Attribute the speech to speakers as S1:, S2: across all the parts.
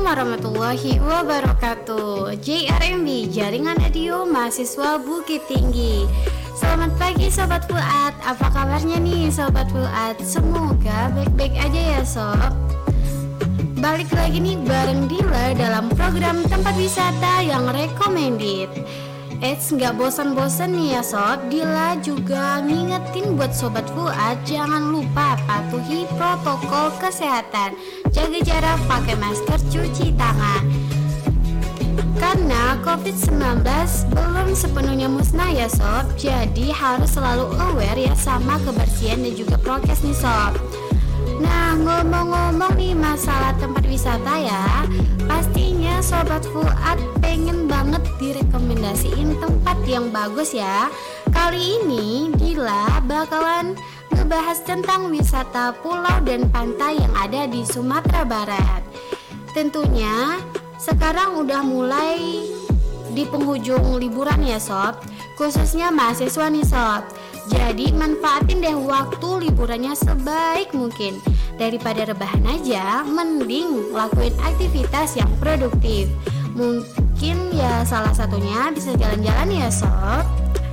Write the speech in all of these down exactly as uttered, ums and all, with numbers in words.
S1: warahmatullahi wabarakatuh. J R M B, Jaringan Radio Mahasiswa Bukit Tinggi. Selamat pagi Sobat Fuad, apa kabarnya nih Sobat Fuad? Semoga baik-baik aja ya Sob. Balik lagi nih bareng Dila dalam program tempat wisata yang recommended. Eits, gak bosan-bosan nih ya Sob, Dila juga ngingetin buat Sobat Fuad, jangan lupa patuhi protokol kesehatan, jaga jarak, pakai masker, cuci tangan. Karena covid sembilan belas belum sepenuhnya musnah ya Sob, jadi harus selalu aware ya sama kebersihan dan juga prokes nih Sob. Nah, ngomong-ngomong nih masalah tempat wisata ya, pastinya Sobat Fuad pengen banget direkomendasiin tempat yang bagus ya. Kali ini Dila bakalan ngebahas tentang wisata pulau dan pantai yang ada di Sumatera Barat. Tentunya sekarang udah mulai di penghujung liburan ya Sob, khususnya mahasiswa nih Sob. Jadi manfaatin deh waktu liburannya sebaik mungkin. Daripada rebahan aja, mending lakuin aktivitas yang produktif. Mungkin ya salah satunya bisa jalan-jalan ya Sob.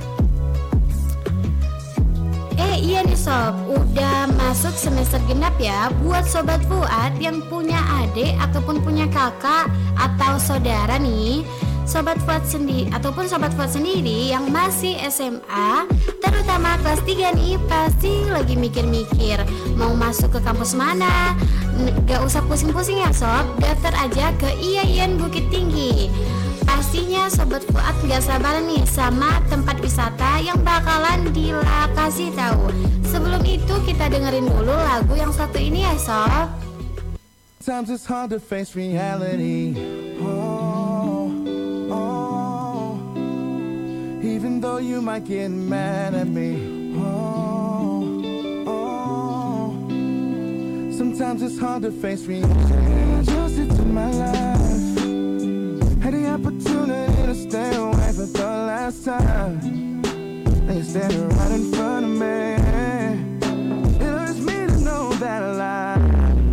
S1: Eh iya nih Sob, udah masuk semester genap ya. Buat Sobat Fuad yang punya adik ataupun punya kakak atau saudara nih, Sobat Fuad sendiri ataupun Sobat Fuad sendiri yang masih S M A, terutama kelas tiga nih, pasti lagi mikir-mikir mau masuk ke kampus mana. Gak usah pusing-pusing ya Sob, daftar aja ke I A I N Bukit Tinggi. Pastinya Sobat Fuad gak sabar nih sama tempat wisata yang bakalan Dila kasih tahu. Sebelum itu kita dengerin dulu lagu yang satu ini ya Sob.
S2: Sometimes it's hard to face reality. Oh, oh. Even though you might get mad at me. Oh, oh. Sometimes it's hard to face reality. Adjusted to my life. Had the opportunity to stay away for the last time. Now you're standing right in front of me. It hurts me to know that I lied.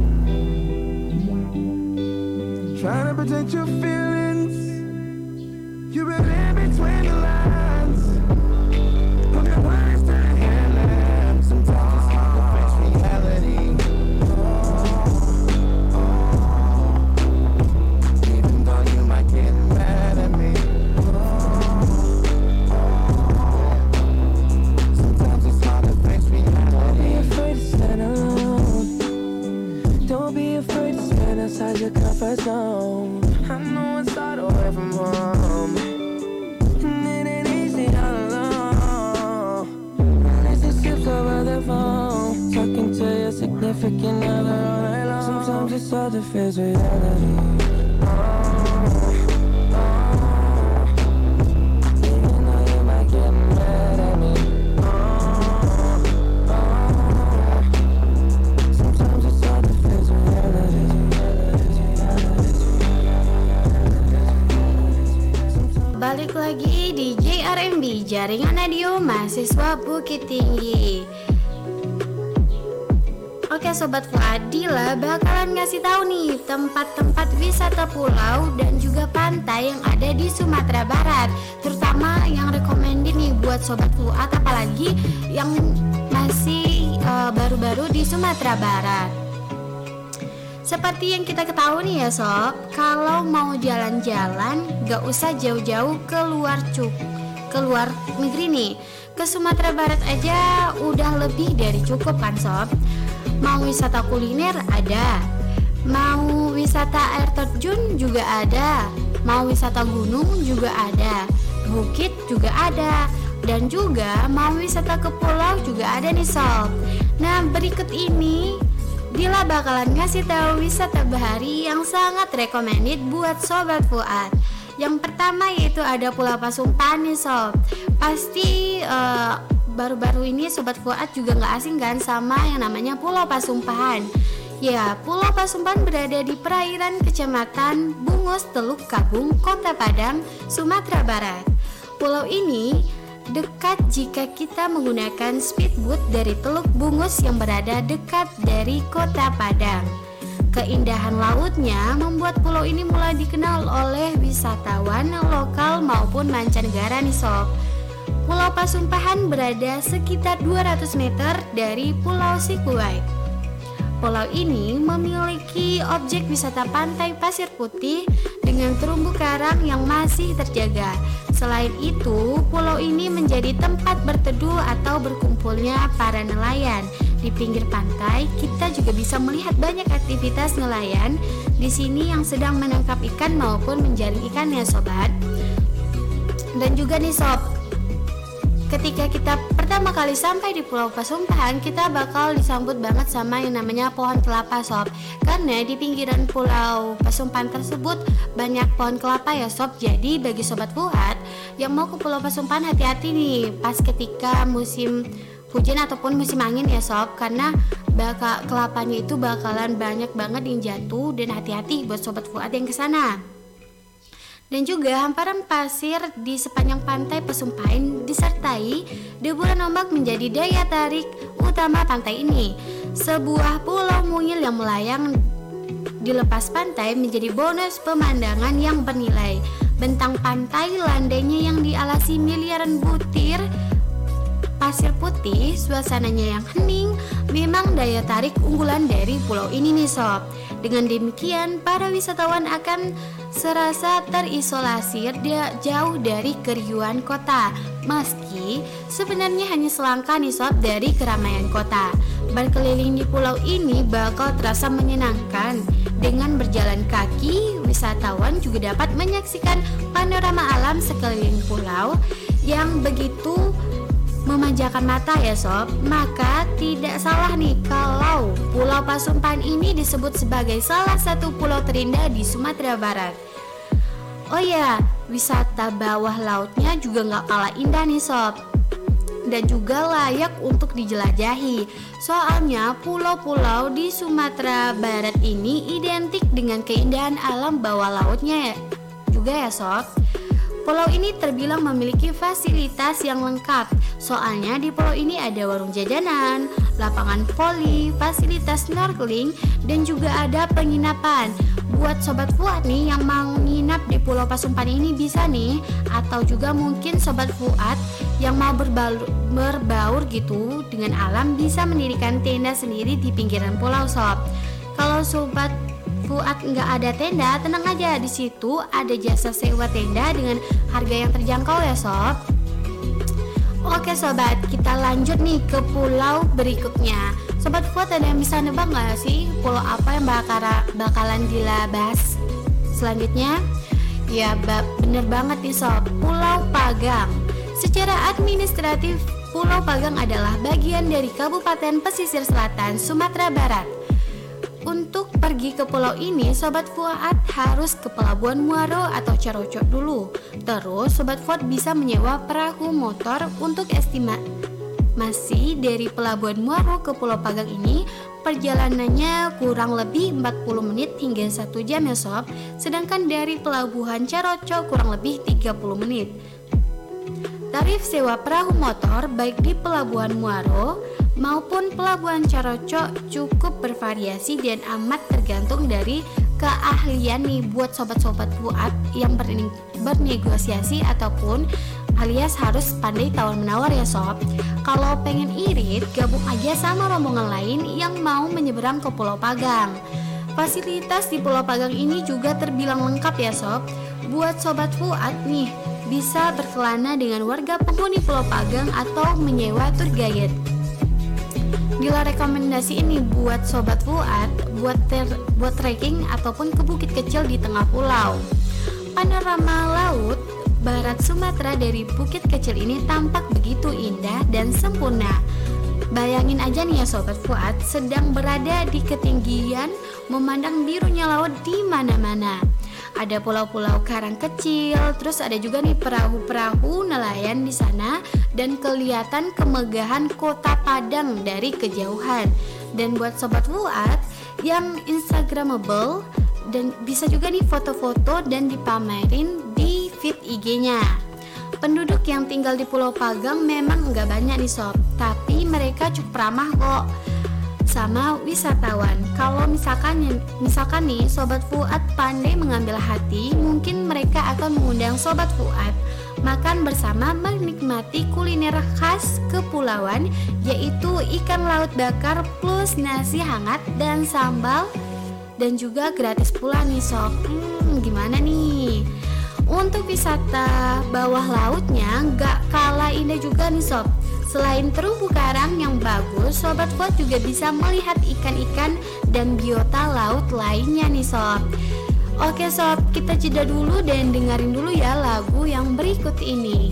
S2: Trying to protect your feelings. You've been in between the lines. Hope your words turn healing. Sometimes it's hard to face reality. Oh, oh. Even though you might get mad at me. Oh, oh. Sometimes it's hard to face reality.
S3: Don't be afraid to stand alone. Don't be afraid to stand outside your comfort zone. I know it's hard away from home, and it ain't easy all alone. Relationships over the phone, talking to your significant other all night long. Sometimes it's hard to face reality. Oh, oh. Even though you might get mad at me. Oh, oh. Sometimes it's hard to face reality.
S1: Balik lagi di J R M B, Jaringan Radio Mahasiswa Bukit Tinggi. Oke Sobat Fuad, Dila bakalan ngasih tahu nih tempat-tempat wisata pulau dan juga pantai yang ada di Sumatera Barat, terutama yang recommended nih buat Sobat Fuad, apalagi yang masih uh, baru-baru di Sumatera Barat. Seperti yang kita ketahui nih ya Sob, kalau mau jalan-jalan gak usah jauh-jauh keluar cuk, keluar negeri nih. Ke Sumatera Barat aja udah lebih dari cukup kan Sob. Mau wisata kuliner ada, mau wisata air terjun juga ada, mau wisata gunung juga ada, bukit juga ada, dan juga mau wisata ke pulau juga ada nih Sob. Nah berikut ini Dila bakalan ngasih tahu wisata bahari yang sangat recommended buat Sobat Fuad. Yang pertama yaitu ada Pulau Pasumpan nih Sob. Pasti uh, baru-baru ini Sobat Fuad juga gak asing kan sama yang namanya Pulau Pasumpahan. Ya, Pulau Pasumpan berada di perairan Kecamatan Bungus, Teluk Kabung, Kota Padang, Sumatera Barat. Pulau ini dekat jika kita menggunakan speedboat dari Teluk Bungus yang berada dekat dari Kota Padang. Keindahan lautnya membuat pulau ini mulai dikenal oleh wisatawan lokal maupun mancanegara nih sob. Pulau Pasunpahan berada sekitar dua ratus meter dari Pulau Sikuai. Pulau ini memiliki objek wisata pantai pasir putih dengan terumbu karang yang masih terjaga. Selain itu, pulau ini menjadi tempat berteduh atau berkumpulnya para nelayan. Di pinggir pantai, kita juga bisa melihat banyak aktivitas nelayan di sini yang sedang menangkap ikan maupun menjaring ikan ya sobat. Dan juga nih sob, ketika kita pertama kali sampai di Pulau Pasunpahan, kita bakal disambut banget sama yang namanya pohon kelapa sob. Karena di pinggiran Pulau Pasunpahan tersebut banyak pohon kelapa ya sob. Jadi bagi sobat Fuad yang mau ke Pulau Pasunpahan, hati-hati nih pas ketika musim hujan ataupun musim angin ya sob, karena bakal kelapanya itu bakalan banyak banget yang jatuh. Dan hati-hati buat sobat Fuad yang kesana. Dan juga hamparan pasir di sepanjang pantai Pasunpahan disertai deburan ombak menjadi daya tarik utama pantai ini. Sebuah pulau mungil yang melayang di lepas pantai menjadi bonus pemandangan yang bernilai. Bentang pantai landainya yang dialasi miliaran butir pasir putih, suasananya yang hening, memang daya tarik unggulan dari pulau ini nih sob. Dengan demikian, para wisatawan akan serasa terisolasi jauh dari keriuhan kota. Meski sebenarnya hanya selangkah nih sob dari keramaian kota. Berkeliling di pulau ini bakal terasa menyenangkan. Dengan berjalan kaki, wisatawan juga dapat menyaksikan panorama alam sekeliling pulau yang begitu memanjakan mata ya sob. Maka tidak salah nih kalau Pulau Pasunpahan ini disebut sebagai salah satu pulau terindah di Sumatera Barat. Oh ya, wisata bawah lautnya juga gak kalah indah nih sob, dan juga layak untuk dijelajahi. Soalnya pulau-pulau di Sumatera Barat ini identik dengan keindahan alam bawah lautnya ya, juga ya sob. Pulau ini terbilang memiliki fasilitas yang lengkap. Soalnya di pulau ini ada warung jajanan, lapangan voli, fasilitas snorkeling, dan juga ada penginapan. Buat sobat Fuad nih yang mau nginap di Pulau Pasunpahan ini bisa nih. Atau juga mungkin sobat Fuad yang mau berbaur, berbaur gitu dengan alam bisa mendirikan tenda sendiri di pinggiran pulau sob. Kalau sobat Fuad nggak ada tenda, tenang aja, di situ ada jasa sewa tenda dengan harga yang terjangkau ya sob. Oke sobat, kita lanjut nih ke pulau berikutnya. Sobat Fuad ada yang bisa nebak nggak sih pulau apa yang bakara, bakalan Dila bahas selanjutnya? Ya bener banget nih sob, Pulau Pagang. Secara administratif, Pulau Pagang adalah bagian dari Kabupaten Pesisir Selatan, Sumatera Barat. Untuk pergi ke pulau ini, Sobat Fuad harus ke Pelabuhan Muaro atau Carocok dulu. Terus Sobat Fuad bisa menyewa perahu motor. Untuk estimasi dari Pelabuhan Muaro ke Pulau Pagang ini, perjalanannya kurang lebih empat puluh menit hingga satu jam ya sob. Sedangkan dari Pelabuhan Carocok kurang lebih tiga puluh menit. Tarif sewa perahu motor baik di Pelabuhan Muaro maupun Pelabuhan Carocok cukup bervariasi dan amat tergantung dari keahlian nih buat sobat-sobat Fuad yang bernegosiasi ataupun alias harus pandai tawar menawar ya sob. Kalau pengen irit, gabung aja sama rombongan lain yang mau menyeberang ke Pulau Pagang. Fasilitas di Pulau Pagang ini juga terbilang lengkap ya sob. Buat sobat Fuad nih bisa berkelana dengan warga penghuni Pulau Pagang atau menyewa tour guide. Gila rekomendasi ini buat sobat Fuad buat ter, buat trekking ataupun ke bukit kecil di tengah pulau. Panorama laut barat Sumatera dari bukit kecil ini tampak begitu indah dan sempurna. Bayangin aja nih ya sobat Fuad sedang berada di ketinggian memandang birunya laut di mana-mana. Ada pulau-pulau karang kecil, terus ada juga nih perahu-perahu nelayan di sana dan kelihatan kemegahan kota Padang dari kejauhan. Dan buat sobat Fuad yang instagramable dan bisa juga nih foto-foto dan dipamerin di feed I G-nya. Penduduk yang tinggal di Pulau Pagang memang nggak banyak nih sob, tapi mereka cukup ramah kok. bersama wisatawan. Kalau misalkan misalkan nih Sobat Fuad pandai mengambil hati, mungkin mereka akan mengundang Sobat Fuad makan bersama menikmati kuliner khas kepulauan, yaitu ikan laut bakar plus nasi hangat dan sambal, dan juga gratis pula nih sob. Hmm, gimana nih? Untuk wisata bawah lautnya gak kalah indah juga nih sob. Selain terumbu karang yang bagus, Sobat Fuad juga bisa melihat ikan-ikan dan biota laut lainnya nih sob. Oke sob, kita jeda dulu dan dengerin dulu ya lagu yang berikut ini.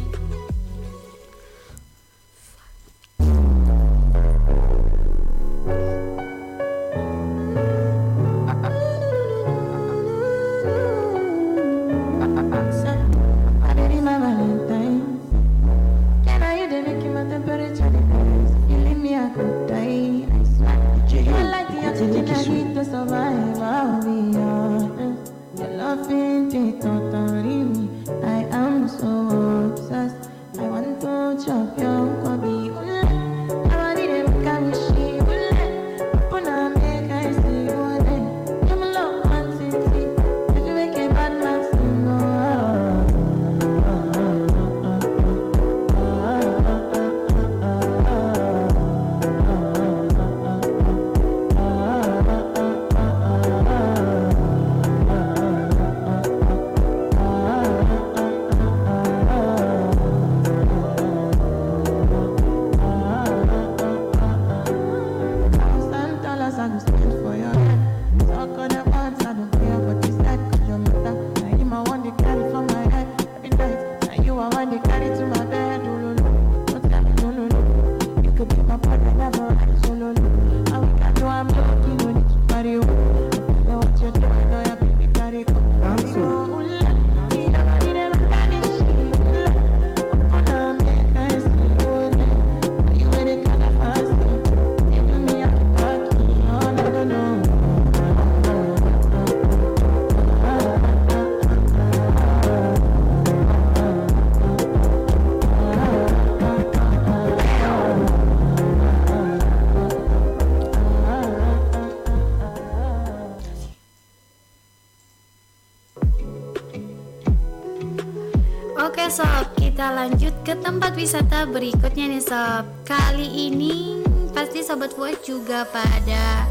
S1: Oke sob, kita lanjut ke tempat wisata berikutnya nih sob. Kali ini pasti Sobat Fuad juga pada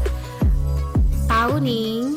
S1: tahu nih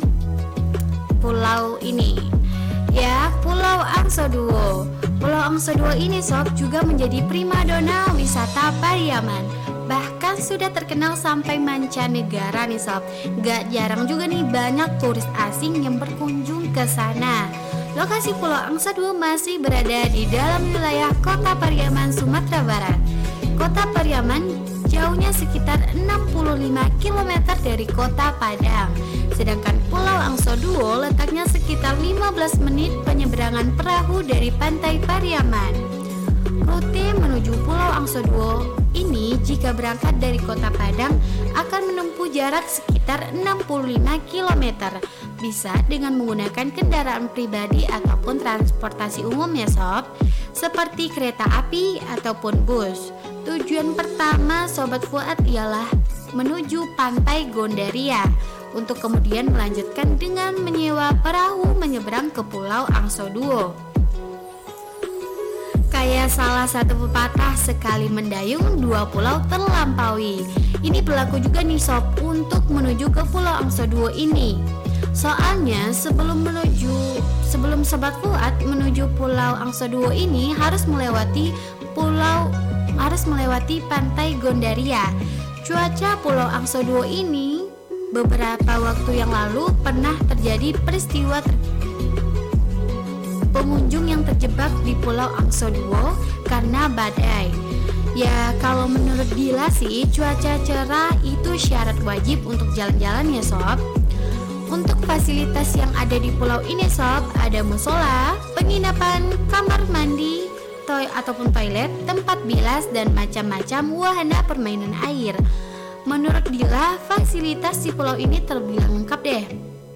S1: pulau ini, ya, Pulau Angso Duo. Pulau Angso Duo ini sob juga menjadi primadona wisata Pariaman. Bahkan sudah terkenal sampai mancanegara nih sob. Gak jarang juga nih banyak turis asing yang berkunjung ke sana. Lokasi Pulau Angso Duo masih berada di dalam wilayah Kota Pariaman, Sumatera Barat. Kota Pariaman jauhnya sekitar enam puluh lima kilometer dari Kota Padang. Sedangkan Pulau Angso Duo letaknya sekitar lima belas menit penyeberangan perahu dari pantai Pariaman. Rute menuju Pulau Angso Duo ini jika berangkat dari Kota Padang akan menempuh jarak sekitar enam puluh lima kilometer. Bisa dengan menggunakan kendaraan pribadi ataupun transportasi umum ya sob, seperti kereta api ataupun bus. Tujuan pertama Sobat Fuad ialah menuju Pantai Gondaria, untuk kemudian melanjutkan dengan menyewa perahu menyeberang ke Pulau Angso Duo. Kayak salah satu pepatah, sekali mendayung dua pulau terlampaui. Ini berlaku juga nih sob untuk menuju ke Pulau Angso Duo ini. Soalnya sebelum menuju sebelum Sobat Fuad menuju Pulau Angso Duo ini harus melewati pulau harus melewati Pantai Gondaria. Cuaca Pulau Angso Duo ini beberapa waktu yang lalu pernah terjadi peristiwa ter- pengunjung yang terjebak di Pulau Angso Duo karena badai. Ya kalau menurut Dila sih cuaca cerah itu syarat wajib untuk jalan-jalan ya sob. Untuk fasilitas yang ada di pulau ini sob, ada musola, penginapan, kamar mandi, toy ataupun toilet, tempat bilas, dan macam-macam wahana permainan air. Menurut Dila, fasilitas di pulau ini terbilang lengkap deh.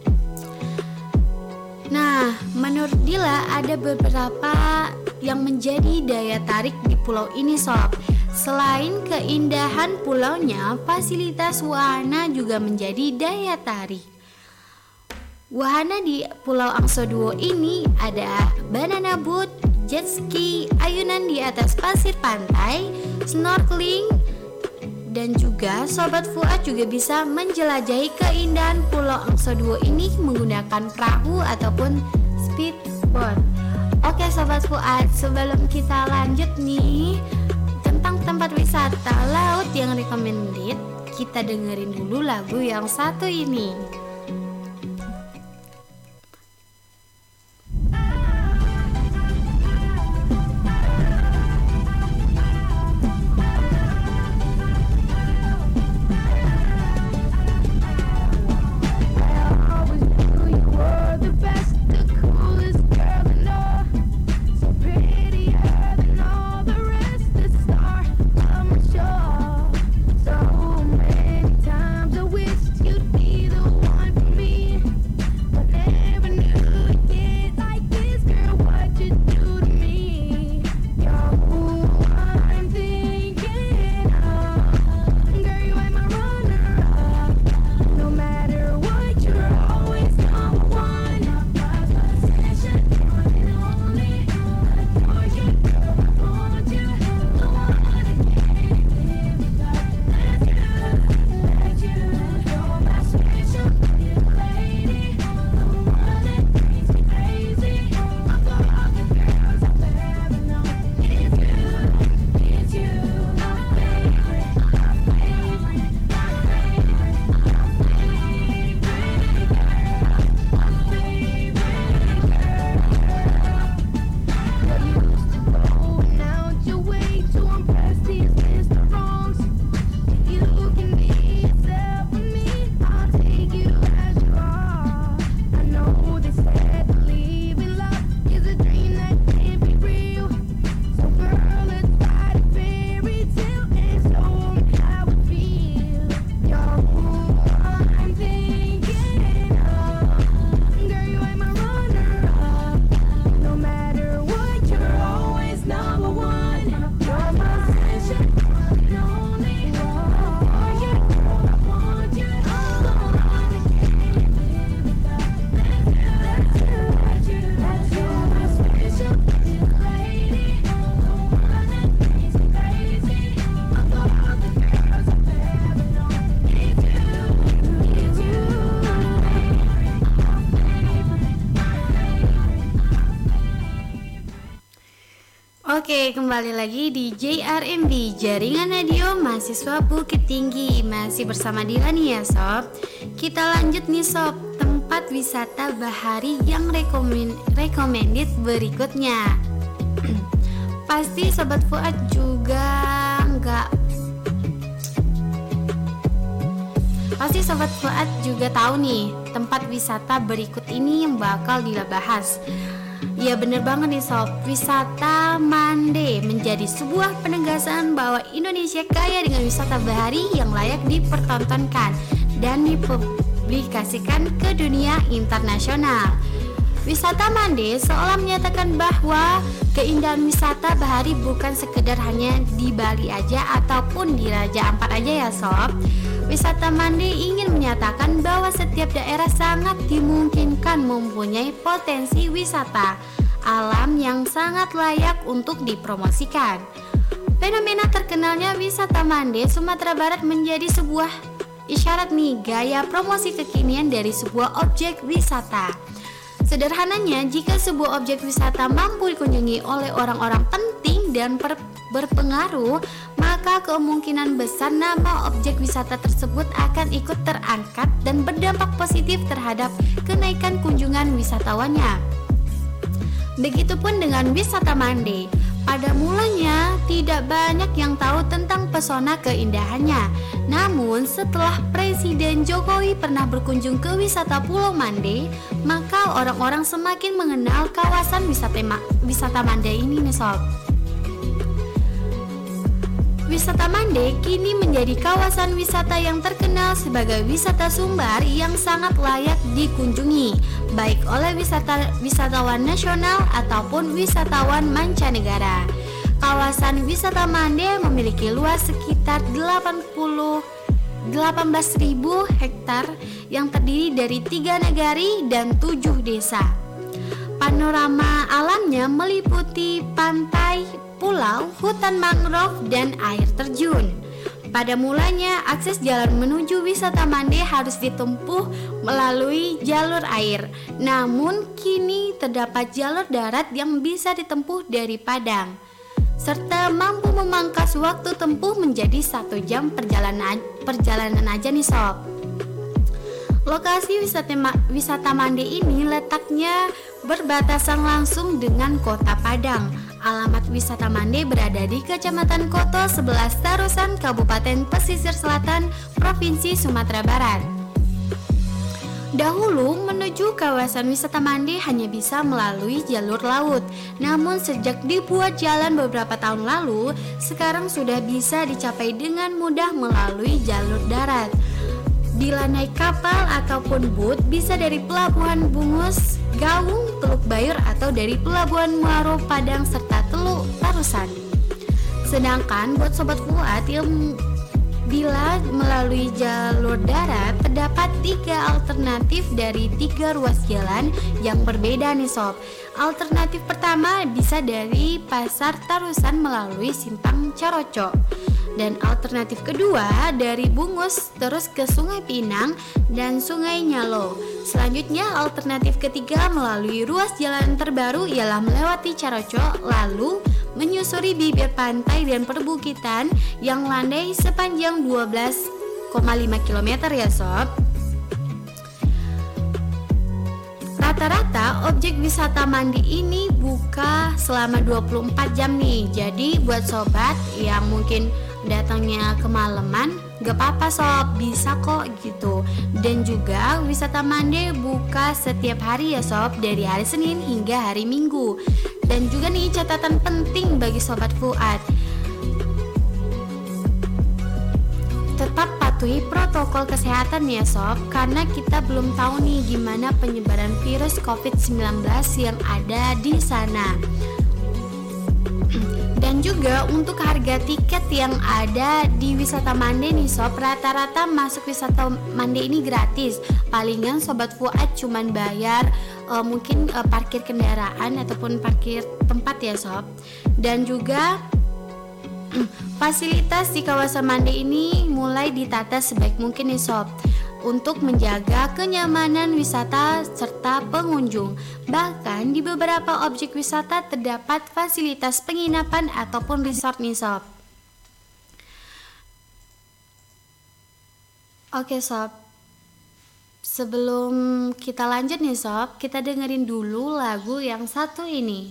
S1: Nah, menurut Dila ada beberapa yang menjadi daya tarik di pulau ini sob. Selain keindahan pulaunya, fasilitas wahana juga menjadi daya tarik. Wahana di Pulau Angso Duo ini ada banana boat, jet ski, ayunan di atas pasir pantai, snorkeling, dan juga Sobat Fuad juga bisa menjelajahi keindahan Pulau Angso Duo ini menggunakan perahu ataupun speedboat. Oke Sobat Fuad, sebelum kita lanjut nih tentang tempat wisata laut yang recommended, kita dengerin dulu lagu yang satu ini. Oke, kembali lagi di J R M B, Jaringan Radio Mahasiswa Bukit Tinggi. Masih bersama Dila nih ya Sob. Kita lanjut nih Sob, tempat wisata bahari yang recommend, recommended berikutnya. Pasti Sobat Fuad juga nggak Pasti Sobat Fuad juga tahu nih tempat wisata berikut ini yang bakal Dila bahas. Ya bener banget nih Sob, wisata Mande menjadi sebuah penegasan bahwa Indonesia kaya dengan wisata bahari yang layak dipertontonkan dan dipublikasikan ke dunia internasional. Wisata Mande seolah menyatakan bahwa keindahan wisata bahari bukan sekedar hanya di Bali aja ataupun di Raja Ampat aja ya Sob. Wisata Mande ingin menyatakan bahwa setiap daerah sangat dimungkinkan mempunyai potensi wisata alam yang sangat layak untuk dipromosikan. Fenomena terkenalnya wisata Mande Sumatera Barat menjadi sebuah isyarat nih gaya promosi kekinian dari sebuah objek wisata. Sederhananya, jika sebuah objek wisata mampu dikunjungi oleh orang-orang penting dan per- berpengaruh, maka kemungkinan besar nama objek wisata tersebut akan ikut terangkat dan berdampak positif terhadap kenaikan kunjungan wisatawannya. Begitupun dengan wisata Mande. Pada mulanya tidak banyak yang tahu tentang pesona keindahannya. Namun setelah Presiden Jokowi pernah berkunjung ke wisata Pulau Mande, maka orang-orang semakin mengenal kawasan wisata, wisata Mande ini nih Sob. Wisata Mande kini menjadi kawasan wisata yang terkenal sebagai wisata sumbar yang sangat layak dikunjungi, baik oleh wisata, wisatawan nasional ataupun wisatawan mancanegara. Kawasan wisata Mande memiliki luas sekitar delapan belas ribu hektar yang terdiri dari tiga nagari dan tujuh desa. Panorama alamnya meliputi pantai, pulau, hutan mangrove, dan air terjun. Pada mulanya, akses jalan menuju wisata Mande harus ditempuh melalui jalur air. Namun, kini terdapat jalur darat yang bisa ditempuh dari Padang, serta mampu memangkas waktu tempuh menjadi satu jam perjalanan perjalanan aja nih sob. Lokasi wisata, wisata Mande ini letaknya berbatasan langsung dengan kota Padang. Alamat wisata Mande berada di Kecamatan Koto sebelas Tarusan, Kabupaten Pesisir Selatan, Provinsi Sumatera Barat. Dahulu menuju kawasan wisata Mande hanya bisa melalui jalur laut. Namun sejak dibuat jalan beberapa tahun lalu, sekarang sudah bisa dicapai dengan mudah melalui jalur darat. Bila naik kapal ataupun boot bisa dari Pelabuhan Bungus, Gawung, Teluk Bayur atau dari Pelabuhan Muaro, Padang serta Teluk Tarusan. Sedangkan buat sobat Fuad yang bila melalui jalur darat terdapat tiga alternatif dari tiga ruas jalan yang berbeda nih sob. Alternatif pertama bisa dari Pasar Tarusan melalui Simpang Coroco. Dan alternatif kedua dari Bungus terus ke Sungai Pinang dan Sungai Nyalo. Selanjutnya alternatif ketiga melalui ruas jalan terbaru ialah melewati Coroco lalu menyusuri bibir pantai dan perbukitan yang landai sepanjang dua belas koma lima kilometer ya sob. Rata-rata objek wisata Mande ini buka selama dua puluh empat jam nih. Jadi buat sobat yang mungkin datangnya kemalaman gak apa-apa sob, bisa kok gitu. Dan juga wisata Mande buka setiap hari ya sob, dari hari Senin hingga hari Minggu. Dan juga nih catatan penting bagi sobat Fuad, tetap patuhi protokol kesehatan ya sob, karena kita belum tahu nih gimana penyebaran virus covid sembilan belas yang ada di sana. Dan juga untuk harga tiket yang ada di wisata Mande nih sob, rata-rata masuk wisata Mande ini gratis. Palingan sobat Fuad cuman bayar uh, mungkin uh, parkir kendaraan ataupun parkir tempat ya sob. Dan juga fasilitas di kawasan Mande ini mulai ditata sebaik mungkin nih sob, untuk menjaga kenyamanan wisata serta pengunjung. Bahkan di beberapa objek wisata terdapat fasilitas penginapan ataupun resort nih sob. Oke sob, sebelum kita lanjut nih sob, kita dengerin dulu lagu yang satu ini.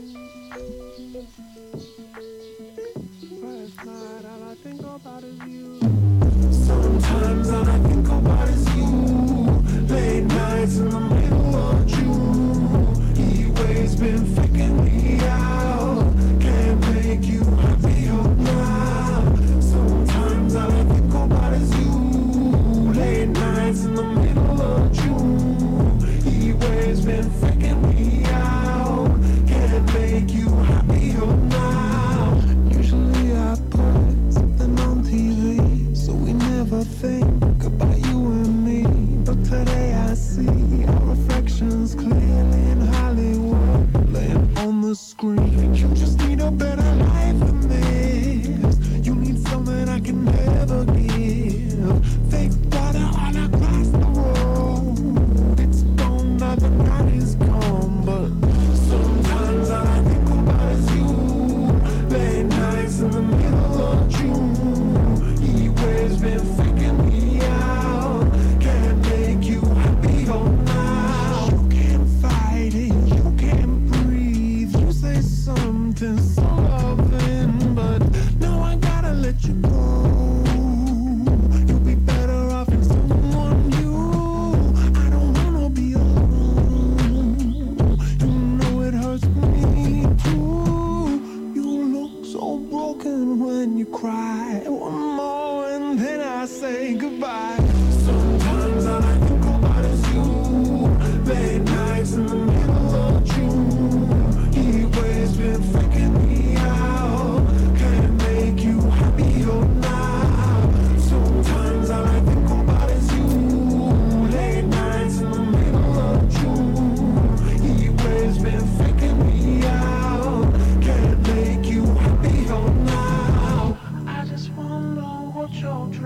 S2: Sometimes all I think about is you. Late nights in the middle of June. He waves been faking me out. Can't make you happier now. Sometimes all I think about is you. Late nights in the middle of June. He waves been faking me out. Can't make you happier now. Usually I put something on T V, so we never think about you and me. But today I see our reflections clearly in Hollywood, laying on the screen. You just need a better life than this. You need something I can never give. Fake water all across the road. It's gone now, the night is gone. But sometimes all I think about is you. Late nights in the middle of June. He waves been faking me out. Can't make you happier now. You can't fight it, you can't breathe. You say something so loving, but now I gotta let you go. You'll be better off in someone new. I don't wanna be alone. You know it hurts me too. You look so broken when you cry. One more and then I say goodbye. Sometimes all I think about is you. Late nights in the middle of June. He waves been freaking me out.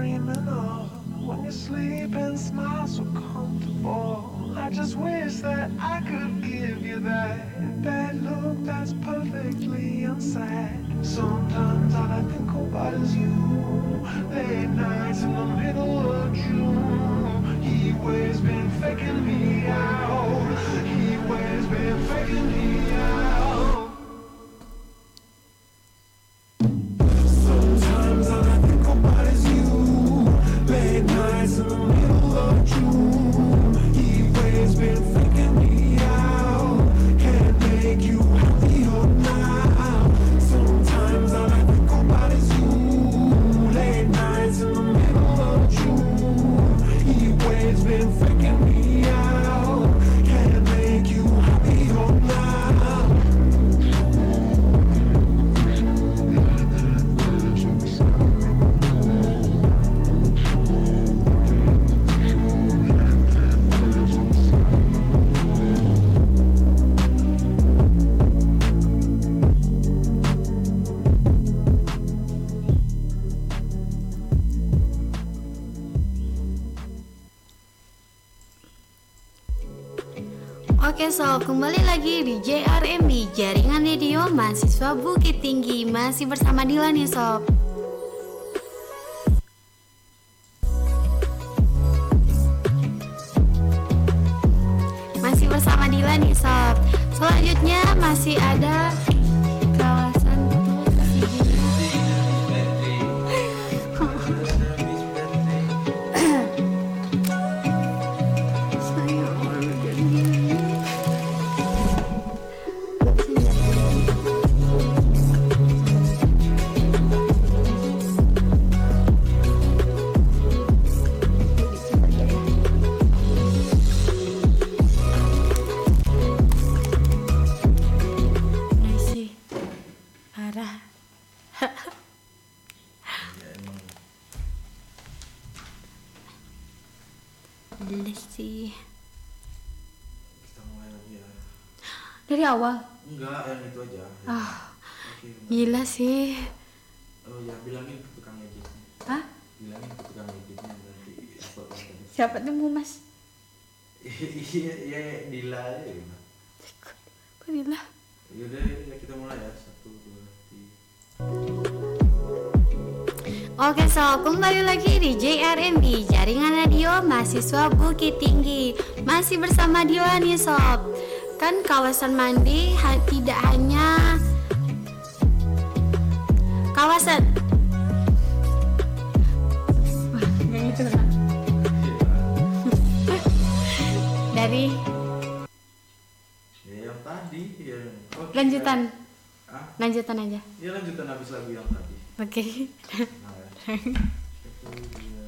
S4: dreaming of when you sleep and smile so comfortable. I just wish that I could give you that bad look that's perfectly unsaid. Sometimes all I think about is you. Late nights in the middle of June. He always been faking me out. He always been faking me out. Sometimes all I think about is you. Late nights in the middle of June. He always been faking me out. Can't make you happier now. Sometimes all I think about is you. Late nights in the middle of June. He always been faking me out. Can't make you happier now.
S1: Oke sob, kembali lagi di J R M B, Jaringan Radio Mahasiswa Bukit Tinggi. Masih bersama Dila nih sob. Masih bersama Dila nih sob. Selanjutnya masih ada kawasan sih.
S5: Kita mulai lagi ya.
S1: Dari awal?
S5: Enggak, yang itu aja.
S1: Ah,
S5: Oke,
S1: gila sih.
S5: Oh ya, bilangin ke tukang editnya.
S1: Hah?
S5: Bilangin ke tukang editnya nanti upload lagi.
S1: Siapa tuh Mas?
S5: Iya, iya, Dila aja ya.
S1: Kok Dila?
S5: Yaudah, ya kita mulai ya. Satu, dua, tiga.
S1: Oke sob, kembali lagi di J R M B, Jaringan Radio Mahasiswa Bukit Tinggi. Masih bersama Dila nih sob. Kan kawasan mandi ha- tidak hanya kawasan Wah, yang itu kan? Dari
S5: Ya yang tadi yang oh,
S1: lanjutan
S5: kita... ah?
S1: Lanjutan aja.
S5: Ya lanjutan habis lagu yang tadi.
S1: Oke.
S5: Nah, ya. Satu, dua.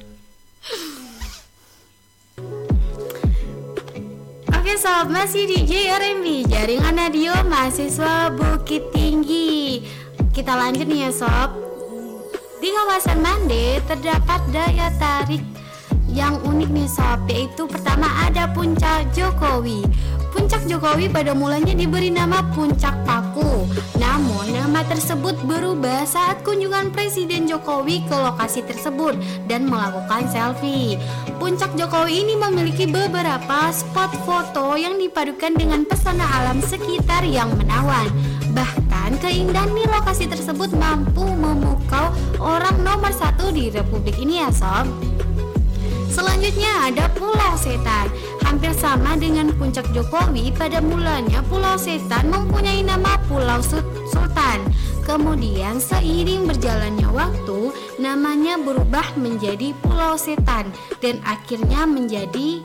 S1: Oke sob, masih di J R M B, Jaringan Radio Mahasiswa Bukit Tinggi. Kita lanjut nih ya sob. Di kawasan Mande terdapat daya tarik yang unik nih sob, yaitu pertama ada Puncak Jokowi. Puncak Jokowi pada mulanya diberi nama Puncak Paku. Namun nama tersebut berubah saat kunjungan Presiden Jokowi ke lokasi tersebut dan melakukan selfie. Puncak Jokowi ini memiliki beberapa spot foto yang dipadukan dengan pesona alam sekitar yang menawan. Bahkan keindahan di lokasi tersebut mampu memukau orang nomor satu di Republik ini ya sob. Selanjutnya ada Pulau Setan. Hampir sama dengan Puncak Jokowi, pada mulanya Pulau Setan mempunyai nama Pulau Sultan. Kemudian seiring berjalannya waktu, namanya berubah menjadi Pulau Setan dan akhirnya menjadi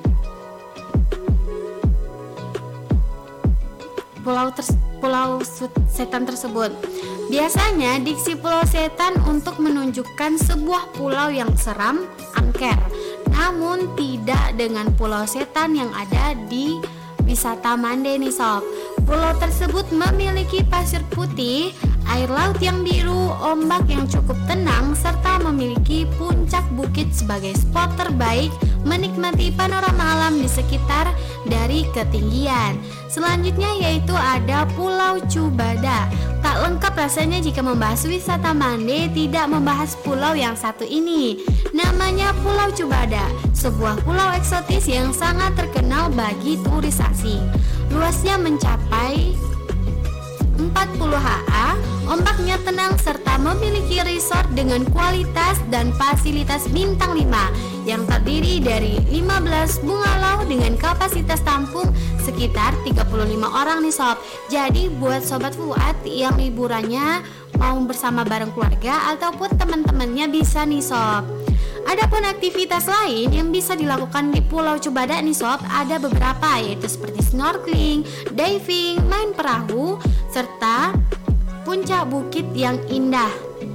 S1: Pulau ter- Pulau Setan tersebut. Biasanya diksi Pulau Setan untuk menunjukkan sebuah pulau yang seram, angker. Namun tidak dengan Pulau Setan yang ada di wisata Mande nih sob. Pulau tersebut memiliki pasir putih, air laut yang biru, ombak yang cukup tenang, serta memiliki puncak bukit sebagai spot terbaik menikmati panorama alam di sekitar dari ketinggian. Selanjutnya yaitu ada Pulau Cubada. Tak lengkap rasanya jika membahas wisata Mande tidak membahas pulau yang satu ini. Namanya Pulau Cubada, sebuah pulau eksotis yang sangat terkenal bagi turis asing. Luasnya mencapai empat puluh ha, ombaknya tenang serta memiliki resort dengan kualitas dan fasilitas bintang lima yang terdiri dari lima belas bungalow dengan kapasitas tampung sekitar tiga puluh lima orang nih sob. Jadi buat sobat Fuad yang liburannya mau bersama bareng keluarga ataupun teman-temannya bisa nih sob. Adapun aktivitas lain yang bisa dilakukan di Pulau Cubada nih sob, ada beberapa yaitu seperti snorkeling, diving, main perahu, serta puncak bukit yang indah.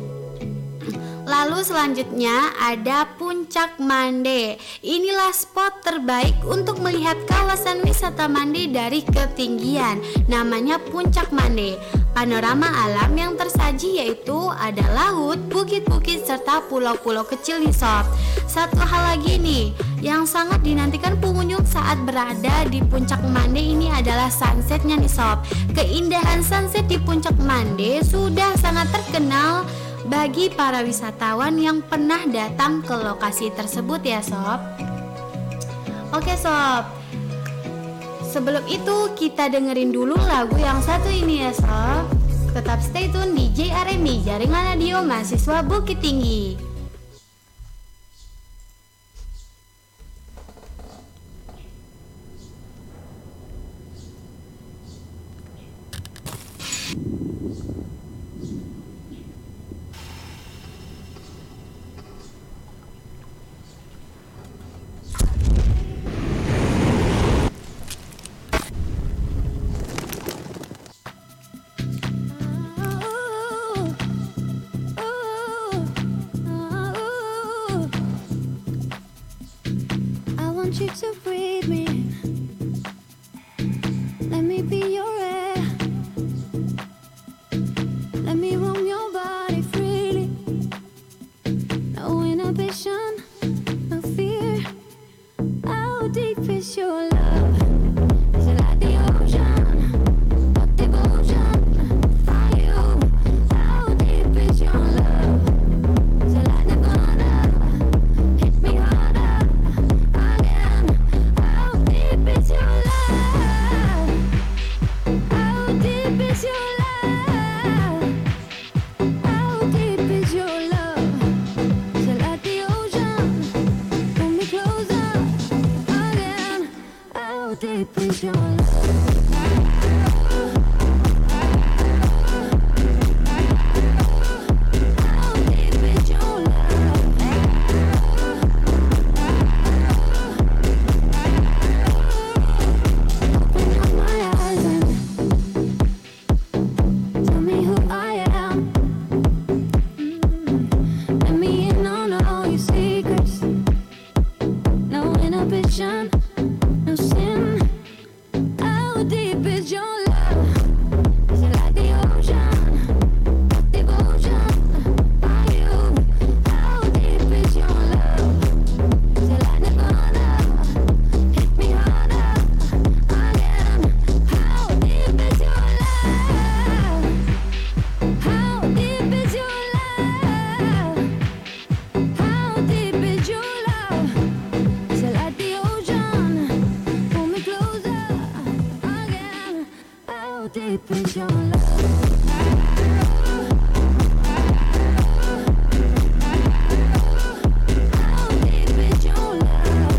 S1: Lalu selanjutnya ada Puncak Mande. Inilah spot terbaik untuk melihat kawasan wisata Mande dari ketinggian. Namanya Puncak Mande. Panorama alam yang tersaji yaitu ada laut, bukit-bukit serta pulau-pulau kecil nih sob. Satu hal lagi nih yang sangat dinantikan pengunjung saat berada di Puncak Mande ini adalah sunsetnya nih sob. Keindahan sunset di Puncak Mande sudah sangat terkenal bagi para wisatawan yang pernah datang ke lokasi tersebut ya sob. Oke sob, sebelum itu kita dengerin dulu lagu yang satu ini ya sob. Tetap stay tune di J R M I, Jaringan Radio Mahasiswa Bukit Tinggi.
S6: You to breathe me, let me be your air, let me roam your body freely, no inhibition, no fear. How deep is your love? Is it like the ocean? What devotion for you? How deep is your love? Is it like Nirvana? Hit me harder again. How deep is your love? How deep is your love? How deep is your love? Is it like the ocean? Pull me closer again. How deep is your love? How deep is your love? Open up my eyes and tell me who I am. Let me in on all your secrets. No inhibition, no sin. How deep is your love? Is it like the ocean? Devotion for you. How deep is your love? Is it like Nirvana? Hit me harder again. How deep is your love? How deep is your love? How deep is your love? Is it like the ocean? Pull me closer again. How deep is your love? How deep is your love?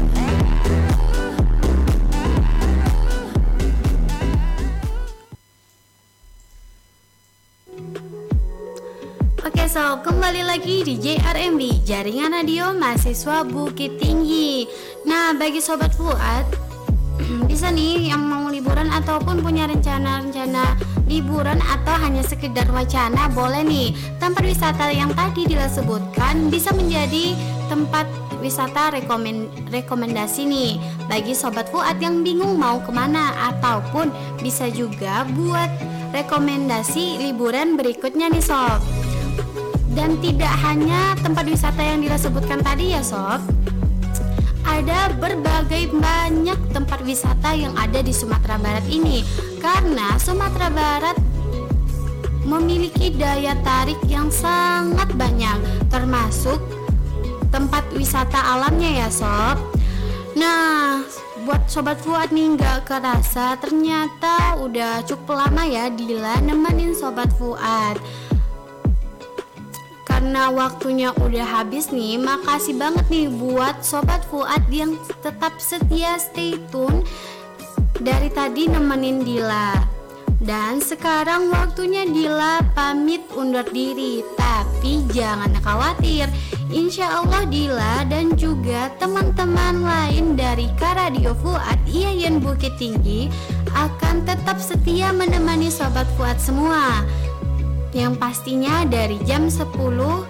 S1: Oke sob, kembali lagi di J R M B, Jaringan Radio Mahasiswa Bukit Tinggi. Nah, bagi sobat Fuad bisa nih yang mau liburan ataupun punya rencana-rencana liburan atau hanya sekedar wacana, boleh nih tempat wisata yang tadi disebutkan bisa menjadi tempat wisata rekomen rekomendasi nih bagi sobat Fuad yang bingung mau kemana, ataupun bisa juga buat rekomendasi liburan berikutnya nih sob. Dan tidak hanya tempat wisata yang disebutkan tadi ya sob, ada kepada berbagai banyak tempat wisata yang ada di Sumatera Barat ini. Karena Sumatera Barat memiliki daya tarik yang sangat banyak, termasuk tempat wisata alamnya ya sob. Nah, buat Sobat Fuad nih nggak kerasa ternyata udah cukup lama ya Dila nemenin Sobat Fuad. Karena waktunya udah habis nih, makasih banget nih buat Sobat Fuad yang tetap setia stay tune dari tadi nemenin Dila. Dan sekarang waktunya Dila pamit undur diri. Tapi jangan khawatir, insya Allah Dila dan juga teman-teman lain dari Karadio Fuad Iyayan Bukit Tinggi akan tetap setia menemani Sobat Fuad semua, yang pastinya dari jam sepuluh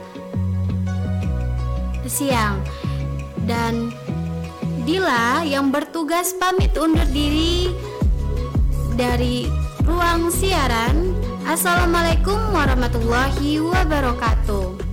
S1: siang. Dan Dila yang bertugas pamit undur diri dari ruang siaran. Assalamualaikum warahmatullahi wabarakatuh.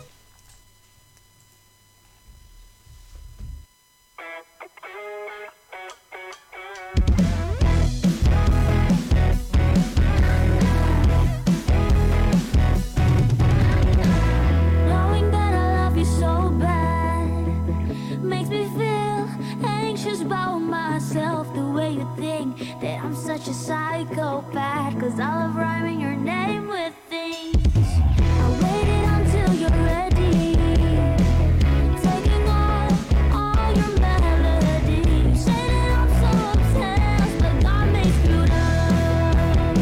S6: Knowing that I love you so bad makes me feel anxious about myself. The way you think that I'm such a psychopath, 'cause I love rhyming your name with things. I waited until you're ready, taking all, all your melody. You say that I'm so obsessed, but God makes you love.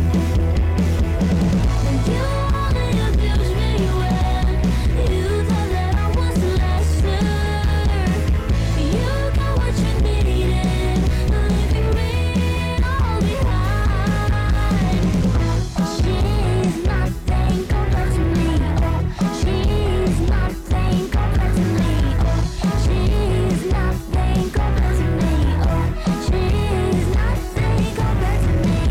S6: And you only abuse me when you thought that I was lesser. You got what you needed, leaving me all behind. She's nothing compared to me. Oh, she's nothing compared to me. Oh, she's nothing compared to me. Oh, she's nothing compared to me.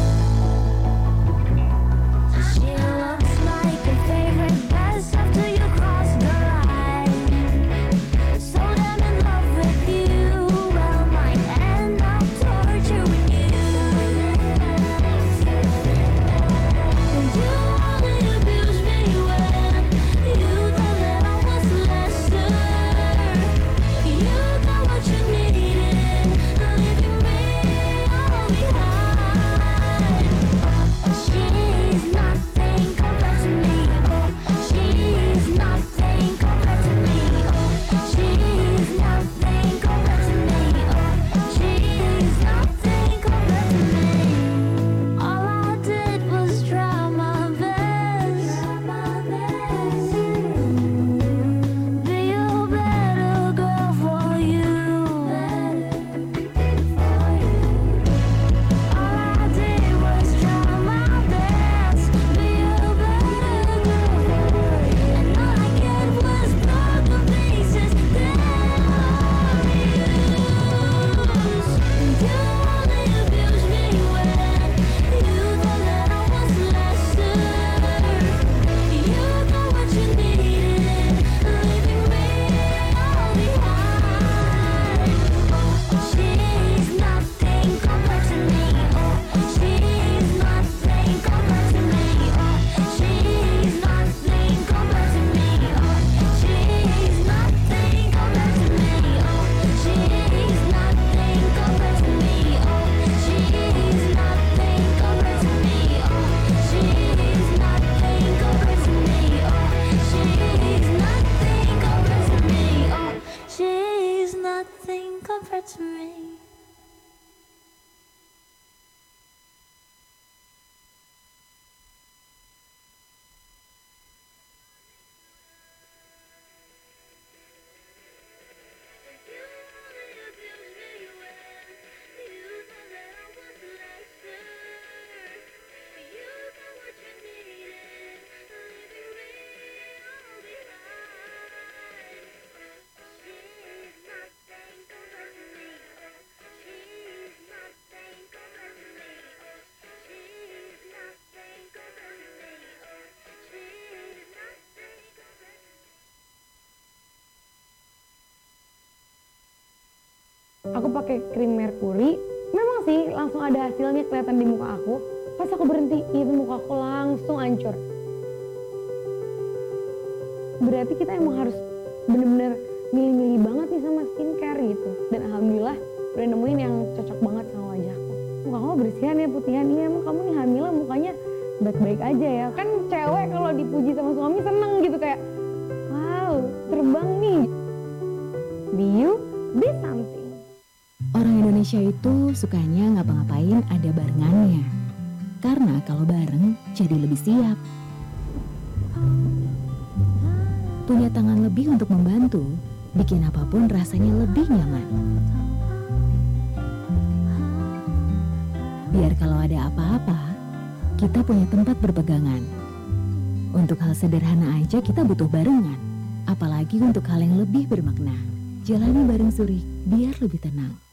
S6: She looks like a favorite best after you cross the line. So damn in love with you, well might end up torturing you. And you only abuse me when you thought that I was lesser. You got what you needed, leaving me all behind. She's nothing compared to me. Oh, she's nothing compared to me. Oh, she's nothing compared to me. Oh, she's nothing compared to me. All I did was try my best. Be a better girl for you. All I did was try my best. Be a better girl for you. And all I get was broken pieces that I use. And you only abuse me when you thought that I was lesser. You got what you needed, leaving me all behind. She's nothing compared to me. Oh, she's nothing compared to me. Oh, she's nothing compared to me. Oh, she's nothing compared to me. Oh, she's nothing compared to me. Oh, she's nothing compared to me. Oh, she's nothing compared to me. Oh, she's nothing compared to me. She's nothing compared to me.
S7: Aku pakai krim merkuri, memang sih langsung ada hasilnya kelihatan di muka aku. Pas aku berhenti, itu muka aku langsung hancur. Berarti kita emang harus bener-bener milih-milih banget nih sama skincare gitu. Dan alhamdulillah udah nemuin yang cocok banget sama wajahku. Muka kamu bersihan ya, putihan. Iya, emang kamu nih hamil mukanya baik-baik aja ya. Kan cewek kalau dipuji sama suami seneng gitu, kayak wow, terbang nih. Be you, be something.
S8: Orang Indonesia itu sukanya ngapa-ngapain ada barengannya. Karena kalau bareng jadi lebih siap. Punya tangan lebih untuk membantu, bikin apapun rasanya lebih nyaman. Biar kalau ada apa-apa, kita punya tempat berpegangan. Untuk hal sederhana aja kita butuh barengan. Apalagi untuk hal yang lebih bermakna. Jalani bareng Surik, biar lebih tenang.